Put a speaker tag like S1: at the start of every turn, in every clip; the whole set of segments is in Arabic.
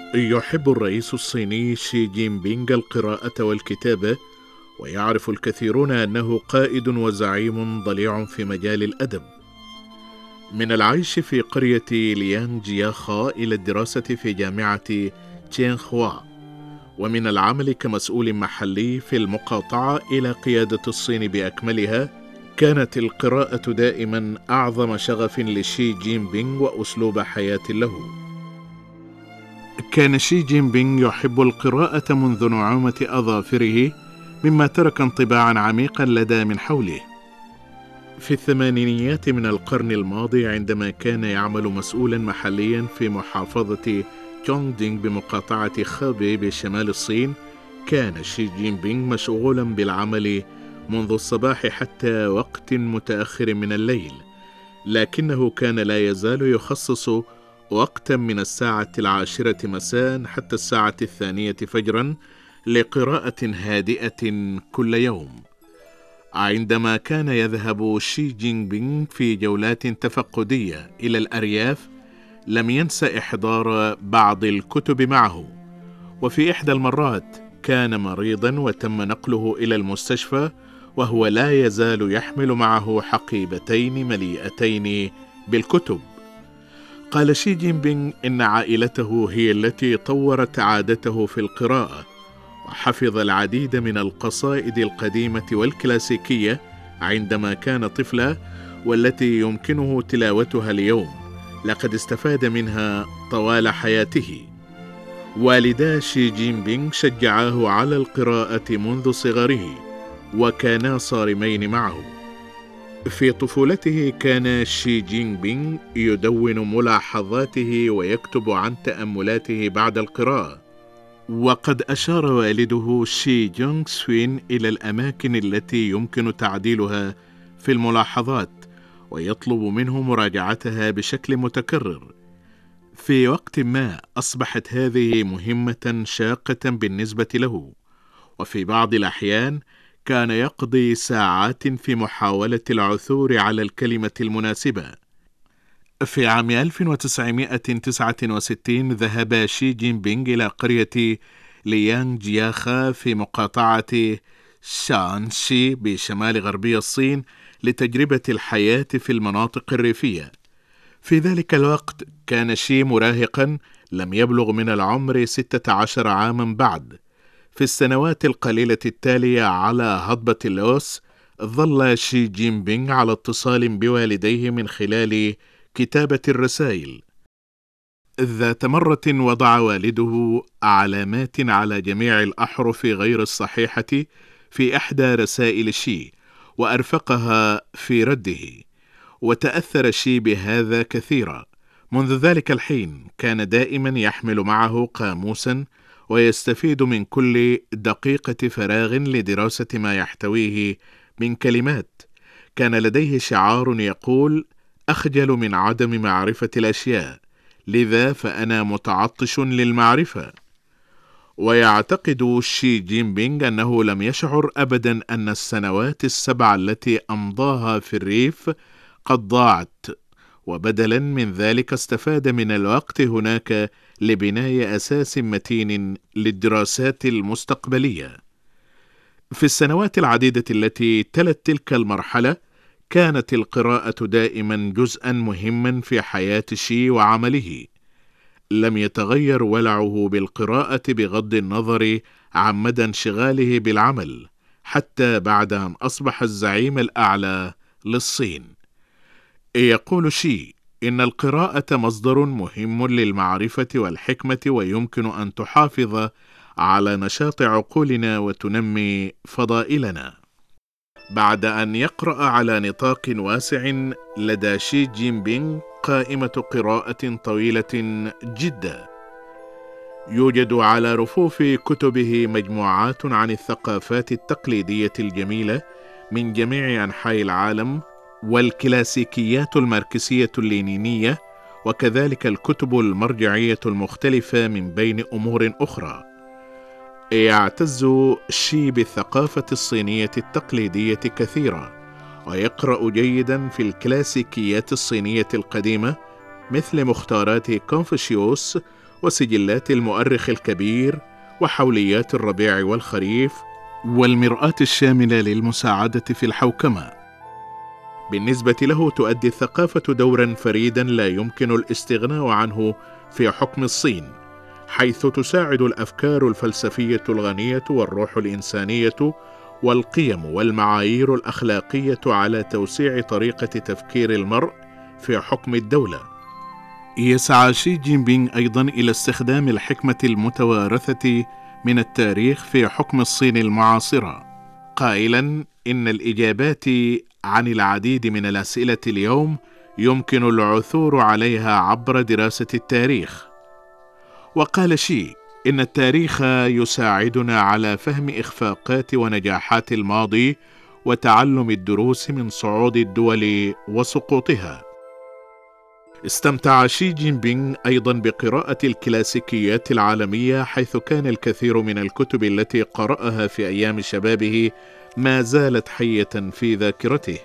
S1: يحب الرئيس الصيني شي جين بينغ القراءة والكتابة، ويعرف الكثيرون أنه قائد وزعيم ضليع في مجال الأدب. من العيش في قرية ليانغ جياخا إلى الدراسة في جامعة تشينغهوا، ومن العمل كمسؤول محلي في المقاطعة إلى قيادة الصين بأكملها، كانت القراءة دائما أعظم شغف لشي جين بينغ وأسلوب حياة له. كان شي جين بينغ يحب القراءة منذ نعومة أظافره، مما ترك انطباعا عميقا لدى من حوله. في الثمانينيات من القرن الماضي، عندما كان يعمل مسؤولا محليا في محافظة تشونغدينغ بمقاطعة خابي بشمال الصين، كان شي جين بينغ مشغولا بالعمل منذ الصباح حتى وقت متأخر من الليل، لكنه كان لا يزال يخصص وقتا من الساعة 10 مساء حتى الساعة 2 فجرا لقراءة هادئة كل يوم. عندما كان يذهب شي جين بينغ في جولات تفقدية إلى الأرياف، لم ينس إحضار بعض الكتب معه، وفي إحدى المرات كان مريضا وتم نقله إلى المستشفى وهو لا يزال يحمل معه حقيبتين مليئتين بالكتب. قال شي جين بينغ إن عائلته هي التي طورت عادته في القراءة، وحفظ العديد من القصائد القديمة والكلاسيكية عندما كان طفلا، والتي يمكنه تلاوتها اليوم، لقد استفاد منها طوال حياته. والدا شي جين بينغ شجعاه على القراءة منذ صغره، وكانا صارمين معه. في طفولته كان شي جين بينغ يدون ملاحظاته ويكتب عن تأملاته بعد القراءة، وقد أشار والده شي جونغ سوين إلى الأماكن التي يمكن تعديلها في الملاحظات، ويطلب منه مراجعتها بشكل متكرر. في وقت ما أصبحت هذه مهمة شاقة بالنسبة له، وفي بعض الأحيان كان يقضي ساعات في محاولة العثور على الكلمة المناسبة. في عام 1969 ذهب شي جين بينغ إلى قرية ليانغ جياخا في مقاطعة شانشي بشمال غربي الصين لتجربة الحياة في المناطق الريفية. في ذلك الوقت كان شي مراهقا لم يبلغ من العمر 16 عاما بعد. في السنوات القليلة التالية على هضبة اللوس، ظل شي جين بينغ على اتصال بوالديه من خلال كتابة الرسائل. ذات مرة وضع والده علامات على جميع الأحرف غير الصحيحة في إحدى رسائل شي، وأرفقها في رده، وتأثر شي بهذا كثيرا. منذ ذلك الحين كان دائما يحمل معه قاموسا، ويستفيد من كل دقيقة فراغ لدراسة ما يحتويه من كلمات. كان لديه شعار يقول: أخجل من عدم معرفة الأشياء، لذا فأنا متعطش للمعرفة. ويعتقد شي جين بينغ أنه لم يشعر أبدا أن السنوات السبع التي أمضاها في الريف قد ضاعت، وبدلا من ذلك استفاد من الوقت هناك لبناء أساس متين للدراسات المستقبلية. في السنوات العديدة التي تلت تلك المرحلة، كانت القراءة دائما جزءا مهما في حياة شي وعمله. لم يتغير ولعه بالقراءة بغض النظر عن مدى انشغاله بالعمل، حتى بعد أن أصبح الزعيم الأعلى للصين. يقول شي إن القراءة مصدر مهم للمعرفة والحكمة، ويمكن أن تحافظ على نشاط عقولنا وتنمي فضائلنا. بعد أن يقرأ على نطاق واسع، لدى شي جين بينغ قائمة قراءة طويلة جدا. يوجد على رفوف كتبه مجموعات عن الثقافات التقليدية الجميلة من جميع أنحاء العالم، والكلاسيكيات الماركسية اللينينية، وكذلك الكتب المرجعية المختلفة من بين أمور أخرى. يعتز شي بالثقافة الصينية التقليدية كثيرا، ويقرأ جيدا في الكلاسيكيات الصينية القديمة مثل مختارات كونفوشيوس وسجلات المؤرخ الكبير وحوليات الربيع والخريف والمرآة الشاملة للمساعدة في الحوكمة. بالنسبة له تؤدي الثقافة دورا فريدا لا يمكن الاستغناء عنه في حكم الصين، حيث تساعد الأفكار الفلسفية الغنية والروح الإنسانية والقيم والمعايير الأخلاقية على توسيع طريقة تفكير المرء في حكم الدولة. يسعى شي جين بينغ أيضا إلى استخدام الحكمة المتوارثة من التاريخ في حكم الصين المعاصرة، قائلا إن الإجابات عن العديد من الأسئلة اليوم يمكن العثور عليها عبر دراسة التاريخ. وقال شي إن التاريخ يساعدنا على فهم إخفاقات ونجاحات الماضي وتعلم الدروس من صعود الدول وسقوطها. استمتع شي جين بينغ أيضا بقراءة الكلاسيكيات العالمية، حيث كان الكثير من الكتب التي قرأها في أيام شبابه ما زالت حية في ذاكرته.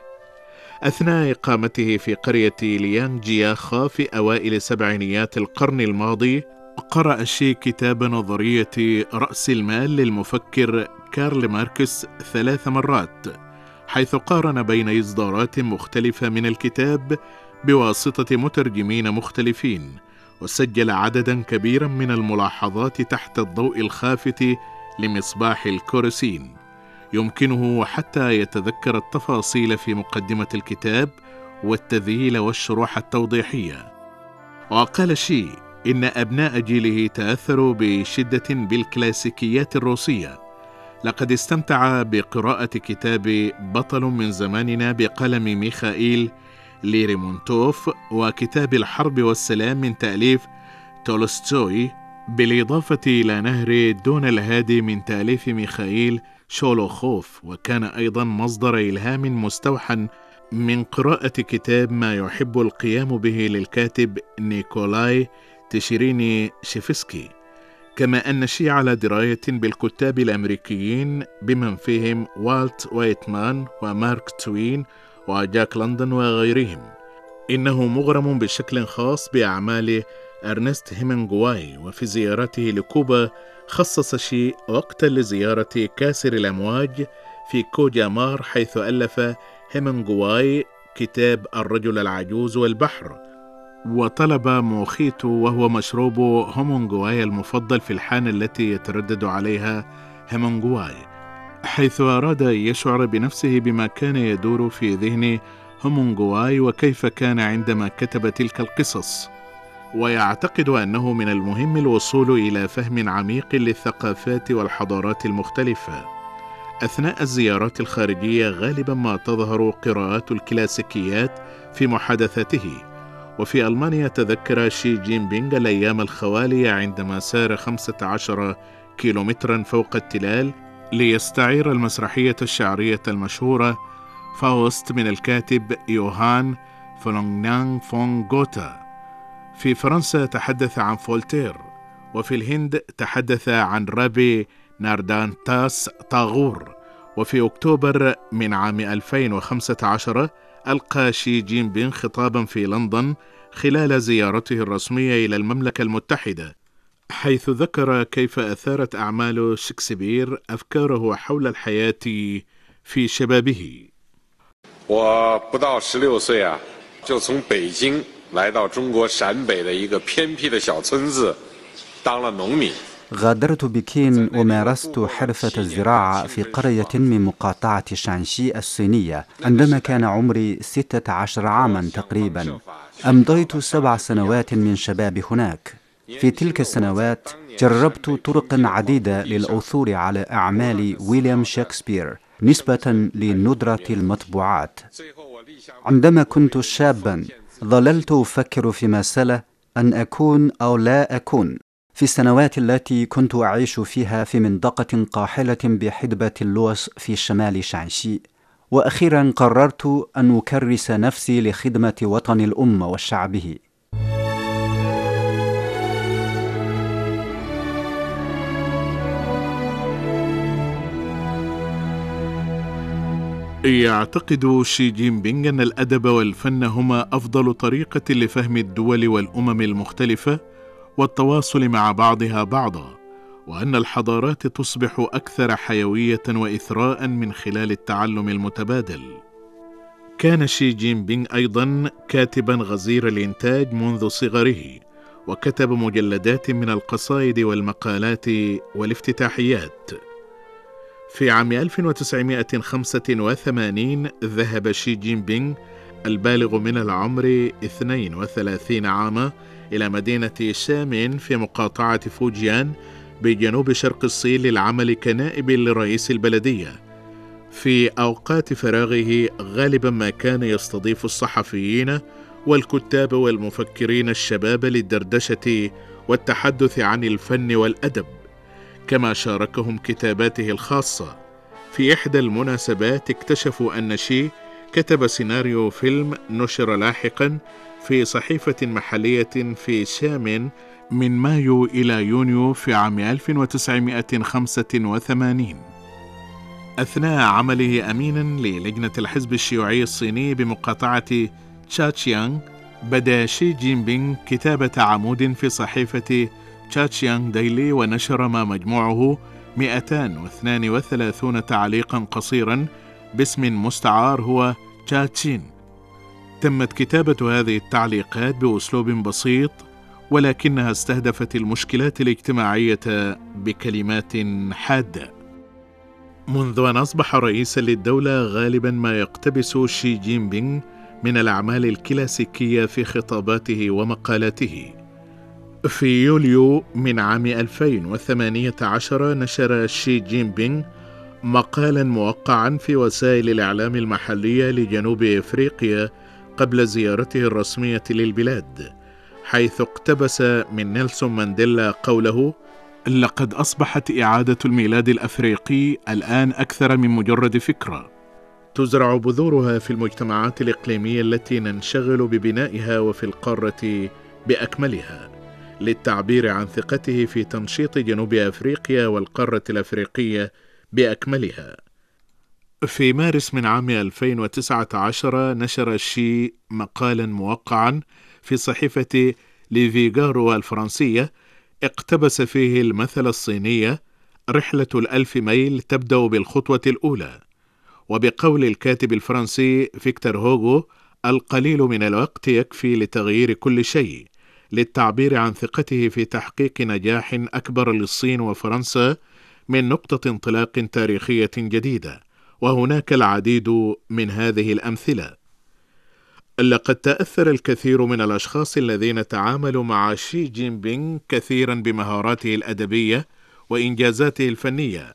S1: أثناء إقامته في قرية ليانغ جياخا في أوائل سبعينيات القرن الماضي، قرأ شي كتاب نظرية رأس المال للمفكر كارل ماركس 3 مرات، حيث قارن بين إصدارات مختلفة من الكتاب بواسطة مترجمين مختلفين، وسجل عددا كبيرا من الملاحظات تحت الضوء الخافت لمصباح الكورسين. يمكنه حتى يتذكر التفاصيل في مقدمة الكتاب والتذييل والشروح التوضيحية. وقال شي إن أبناء جيله تأثروا بشدة بالكلاسيكيات الروسية. لقد استمتع بقراءة كتاب بطل من زماننا بقلم ميخائيل ليرمونتوف، وكتاب الحرب والسلام من تأليف تولستوي، بالإضافة إلى نهر دون الهادي من تأليف ميخائيل شولوخوف. وكان أيضا مصدر إلهام مستوحى من قراءة كتاب ما يحب القيام به للكاتب نيكولاي تشيريني شيفسكي. كما أن شي على دراية بالكتاب الأمريكيين بمن فيهم والت وايتمان ومارك توين وجاك لندن وغيرهم. إنه مغرم بشكل خاص بأعمال أرنست هيمنغواي، وفي زيارته لكوبا خصص شي وقتا لزيارة كاسر الأمواج في كوجامار، حيث ألف هيمنغواي كتاب الرجل العجوز والبحر، وطلب موخيتو وهو مشروب هيمنغواي المفضل في الحانة التي يتردد عليها هيمنغواي، حيث أراد أن يشعر بنفسه بما كان يدور في ذهن هيمنغواي وكيف كان عندما كتب تلك القصص. ويعتقد أنه من المهم الوصول إلى فهم عميق للثقافات والحضارات المختلفة. أثناء الزيارات الخارجية غالبا ما تظهر قراءات الكلاسيكيات في محادثاته. وفي ألمانيا تذكر شي جين بينغ الأيام الخوالية عندما سار 15 كيلومترا فوق التلال ليستعير المسرحية الشعرية المشهورة فاوست من الكاتب يوهان فولونغنانغ فون غوتا. في فرنسا تحدث عن فولتير، وفي الهند تحدث عن رابي ناردانتاس تاغور. وفي أكتوبر من عام 2015 ألقى شي جين بينغ خطابا في لندن خلال زيارته الرسمية إلى المملكة المتحدة، حيث ذكر كيف أثارت أعمال شكسبير أفكاره حول الحياة في شبابه.
S2: 我不到16岁啊，就从北京来到中国陕北的一个偏僻的小村子当了农民。
S3: غادرت بكين ومارست حرفة الزراعة في قرية من مقاطعة شانشي الصينية عندما كان عمري 16 عاما تقريبا. أمضيت 7 سنوات من شبابي هناك. في تلك السنوات جربت طرق عديدة للعثور على أعمال ويليام شكسبير نسبة لندرة المطبوعات. عندما كنت شابا ظللت أفكر في مسألة أن أكون أو لا أكون. في السنوات التي كنت أعيش فيها في منطقة قاحلة بحدبة اللوس في شمال شانشي، وأخيرا قررت أن أكرس نفسي لخدمة وطن الأمة وشعبه.
S1: يعتقد شي جين بينغ أن الأدب والفن هما أفضل طريقة لفهم الدول والأمم المختلفة، والتواصل مع بعضها بعضا، وأن الحضارات تصبح أكثر حيوية وإثراء من خلال التعلم المتبادل. كان شي جين بينغ أيضا كاتبا غزير الإنتاج منذ صغره، وكتب مجلدات من القصائد والمقالات والافتتاحيات. في عام 1985 ذهب شي جين بينغ البالغ من العمر 32 عاما إلى مدينة شامين في مقاطعة فوجيان بجنوب شرق الصين للعمل كنائب لرئيس البلدية. في أوقات فراغه غالبا ما كان يستضيف الصحفيين والكتاب والمفكرين الشباب للدردشة والتحدث عن الفن والأدب، كما شاركهم كتاباته الخاصة. في إحدى المناسبات اكتشفوا أن شي كتب سيناريو فيلم نشر لاحقا في صحيفة محلية في شامين من مايو إلى يونيو في عام 1985. أثناء عمله أمينا للجنة الحزب الشيوعي الصيني بمقاطعة تشاتشيانغ، بدأ شي جين بينغ كتابة عمود في صحيفة تشاتشيانغ ديلي، ونشر ما مجموعه 232 تعليقا قصيرا باسم مستعار هو تشاتشين. تمت كتابة هذه التعليقات بأسلوب بسيط، ولكنها استهدفت المشكلات الاجتماعية بكلمات حادة. منذ أن أصبح رئيسا للدولة غالبا ما يقتبس شي جين بينغ من الأعمال الكلاسيكية في خطاباته ومقالاته. في يوليو من عام 2018 نشر شي جين بينغ مقالا موقعا في وسائل الإعلام المحلية لجنوب إفريقيا قبل زيارته الرسمية للبلاد، حيث اقتبس من نيلسون مانديلا قوله: لقد أصبحت إعادة الميلاد الأفريقي الآن أكثر من مجرد فكرة، تزرع بذورها في المجتمعات الإقليمية التي ننشغل ببنائها وفي القارة بأكملها، للتعبير عن ثقته في تنشيط جنوب أفريقيا والقارة الأفريقية بأكملها. في مارس من عام 2019 نشر شي مقالا موقعا في صحيفة ليفيغارو الفرنسية اقتبس فيه المثل الصيني: رحلة ال1000 ميل تبدأ بالخطوة الأولى. وبقول الكاتب الفرنسي فيكتور هوغو: القليل من الوقت يكفي لتغيير كل شيء، للتعبير عن ثقته في تحقيق نجاح أكبر للصين وفرنسا من نقطة انطلاق تاريخية جديدة. وهناك العديد من هذه الأمثلة. لقد تأثر الكثير من الأشخاص الذين تعاملوا مع شي جين بينغ كثيرا بمهاراته الأدبية وإنجازاته الفنية.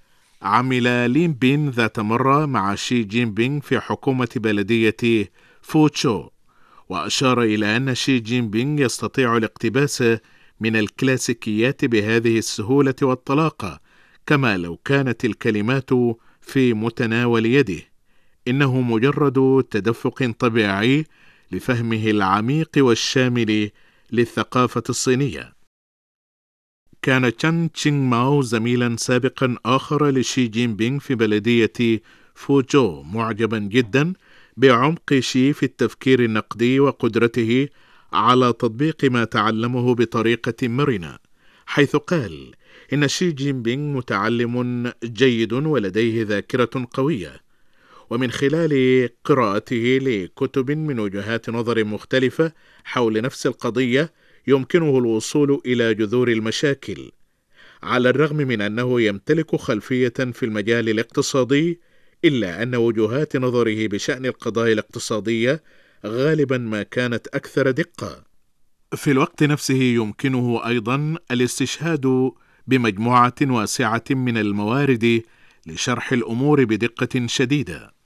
S1: عمل لين بين ذات مرة مع شي جين بينغ في حكومة بلدية فوتشو، وأشار إلى أن شي جين بينغ يستطيع الاقتباس من الكلاسيكيات بهذه السهولة والطلاقة، كما لو كانت الكلمات في متناول يده. إنه مجرد تدفق طبيعي لفهمه العميق والشامل للثقافة الصينية. كان تشان تشينغ ماو زميلا سابقا آخر لشي جين بينغ في بلدية فوجو معجبا جدا بعمق شي في التفكير النقدي وقدرته على تطبيق ما تعلمه بطريقة مرنة، حيث قال إن شي جين بينغ متعلم جيد ولديه ذاكرة قوية. ومن خلال قراءته لكتب من وجهات نظر مختلفة حول نفس القضية يمكنه الوصول إلى جذور المشاكل. على الرغم من أنه يمتلك خلفية في المجال الاقتصادي، إلا أن وجهات نظره بشأن القضايا الاقتصادية غالبا ما كانت أكثر دقة. في الوقت نفسه يمكنه أيضا الاستشهاد بمجموعة واسعة من الموارد لشرح الأمور بدقة شديدة.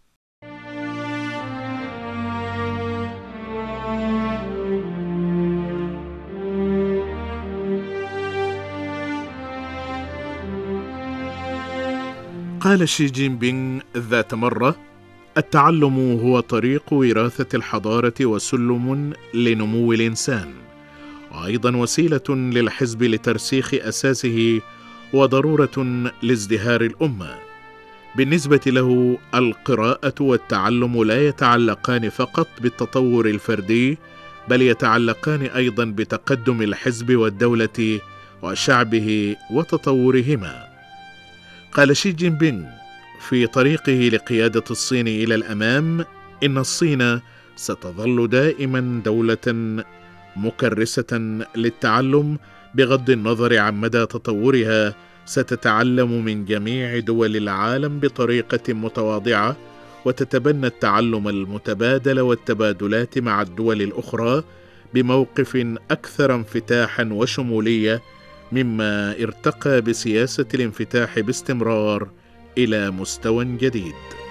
S1: قال شي جين بينغ ذات مرة: التعلم هو طريق وراثة الحضارة وسلم لنمو الإنسان، وأيضا وسيلة للحزب لترسيخ أساسه وضرورة لازدهار الأمة. بالنسبة له القراءة والتعلم لا يتعلقان فقط بالتطور الفردي، بل يتعلقان أيضا بتقدم الحزب والدولة وشعبه وتطورهما. قال شي جين بينغ في طريقه لقيادة الصين إلى الأمام إن الصين ستظل دائما دولة مكرسة للتعلم، بغض النظر عن مدى تطورها ستتعلم من جميع دول العالم بطريقة متواضعة، وتتبنى التعلم المتبادل والتبادلات مع الدول الأخرى بموقف أكثر انفتاحا وشمولية، مما ارتقى بسياسة الانفتاح باستمرار إلى مستوى جديد.